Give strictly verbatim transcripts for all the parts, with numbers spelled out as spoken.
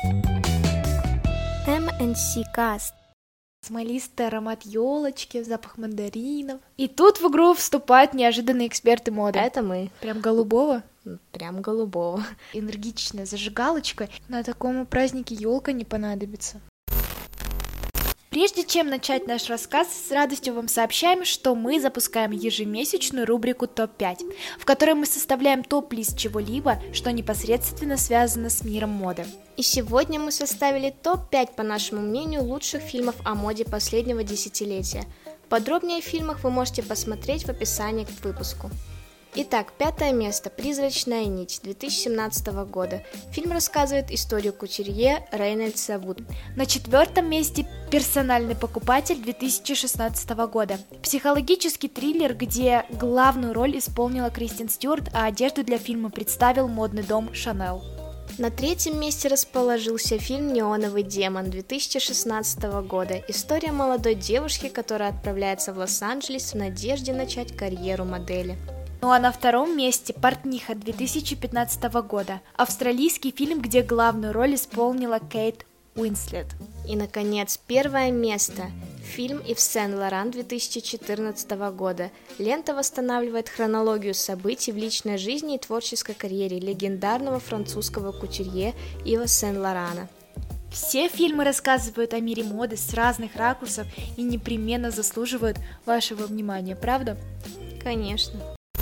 эм эн си Cast. Смолистый аромат елочки, запах мандаринов. И тут в игру вступают неожиданные эксперты моды. Это мы. Прям голубого. Прям голубого. Энергичная зажигалочка. На таком празднике елка не понадобится. Прежде чем начать наш рассказ, с радостью вам сообщаем, что мы запускаем ежемесячную рубрику топ пять, в которой мы составляем топ-лист чего-либо, что непосредственно связано с миром моды. И сегодня мы составили топ пять, по нашему мнению, лучших фильмов о моде последнего десятилетия. Подробнее о фильмах вы можете посмотреть в описании к выпуску. Итак, пятое место «Призрачная нить» две тысячи семнадцатого года. Фильм рассказывает историю кутюрье Рейнольдса Вуд. На четвертом месте «Персональный покупатель» две тысячи шестнадцатого года. Психологический триллер, где главную роль исполнила Кристен Стюарт, а одежду для фильма представил модный дом Шанель. На третьем месте расположился фильм «Неоновый демон» две тысячи шестнадцатого года. История молодой девушки, которая отправляется в Лос-Анджелес в надежде начать карьеру модели. Ну а на втором месте «Портниха» две тысячи пятнадцатого года. Австралийский фильм, где главную роль исполнила Кейт Уинслет. И, наконец, первое место. Фильм «Ив Сен-Лоран» две тысячи четырнадцатого года. Лента восстанавливает хронологию событий в личной жизни и творческой карьере легендарного французского кутюрье Ива Сен-Лорана. Все фильмы рассказывают о мире моды с разных ракурсов и непременно заслуживают вашего внимания, правда? Конечно.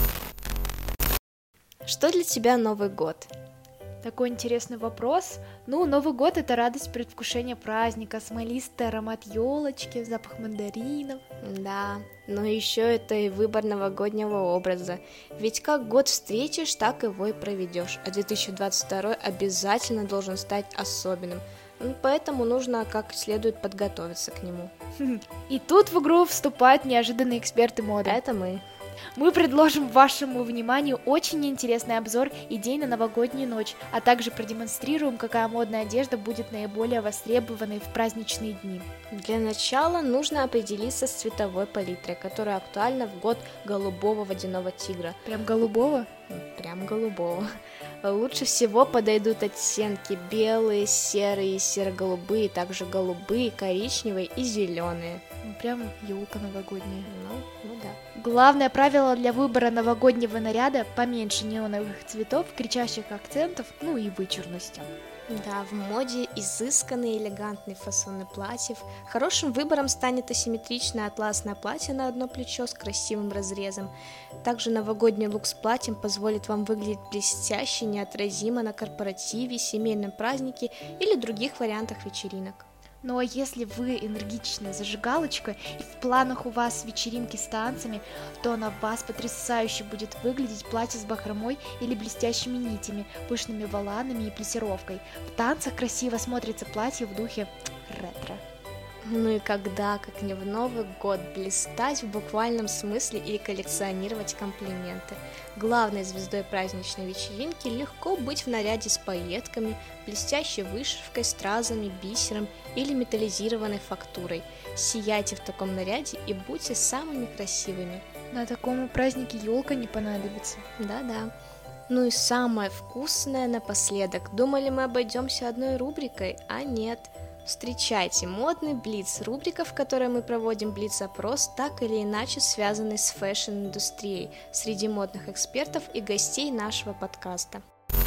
Что для тебя Новый год? Такой интересный вопрос. Ну, Новый год — это радость предвкушения праздника, смолистый аромат елочки, запах мандаринов. Да, но еще это и выбор новогоднего образа. Ведь как год встретишь, так его и проведешь. А две тысячи двадцать второй обязательно должен стать особенным. Ну, поэтому нужно как следует подготовиться к нему. И тут в игру вступают неожиданные эксперты моды. Это мы. Мы предложим вашему вниманию очень интересный обзор идей на новогоднюю ночь, а также продемонстрируем, какая модная одежда будет наиболее востребованной в праздничные дни. Для начала нужно определиться с цветовой палитрой, которая актуальна в год голубого водяного тигра. Прям голубого? Прям голубого. Лучше всего подойдут оттенки белые, серые, серо-голубые, также голубые, коричневые и зеленые. Ну, прям елка новогодняя. Ну, ну да. Главное правило для выбора новогоднего наряда — поменьше неоновых цветов, кричащих акцентов, ну и вычурности. Да, в моде изысканные элегантные фасоны платьев. Хорошим выбором станет асимметричное атласное платье на одно плечо с красивым разрезом. Также новогодний лук с платьем позволит вам выглядеть блестяще, неотразимо на корпоративе, семейном празднике или других вариантах вечеринок. Ну а если вы энергичная зажигалочка и в планах у вас вечеринки с танцами, то на вас потрясающе будет выглядеть платье с бахромой или блестящими нитями, пышными воланами и плессировкой. В танцах красиво смотрится платье в духе ретро. Ну и когда, как не в Новый год, блистать в буквальном смысле и коллекционировать комплименты. Главной звездой праздничной вечеринки легко быть в наряде с пайетками, блестящей вышивкой, стразами, бисером или металлизированной фактурой. Сияйте в таком наряде и будьте самыми красивыми. На таком празднике елка не понадобится. Да-да. Ну и самое вкусное напоследок. Думали, мы обойдемся одной рубрикой, а нет. Встречайте модный Блиц, рубрика, в которой мы проводим Блиц-опрос, так или иначе связанный с фэшн-индустрией, среди модных экспертов и гостей нашего подкаста.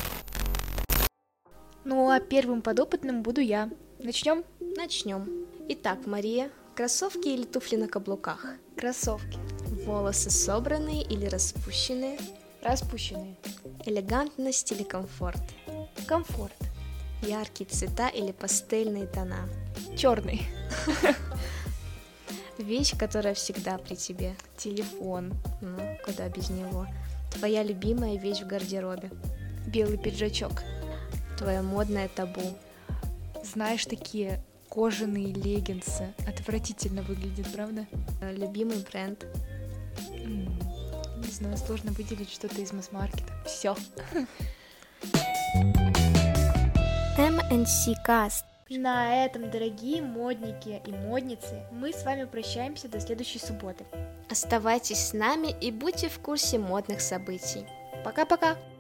Ну а первым подопытным буду я. Начнем? Начнем. Итак, Мария, кроссовки или туфли на каблуках? Кроссовки. Волосы собранные или распущенные? Распущенные. Элегантность или комфорт? Комфорт. Яркие цвета или пастельные тона? Черный. Вещь, которая всегда при тебе? Телефон. Ну, куда без него? Твоя любимая вещь в гардеробе? Белый пиджачок. Твое модное табу? Знаешь, такие кожаные леггинсы. Отвратительно выглядит, правда? Любимый бренд? Не знаю, сложно выделить что-то из масс-маркета. Все. эм эн си Cast. На этом, дорогие модники и модницы, мы с вами прощаемся до следующей субботы. Оставайтесь с нами и будьте в курсе модных событий. Пока-пока!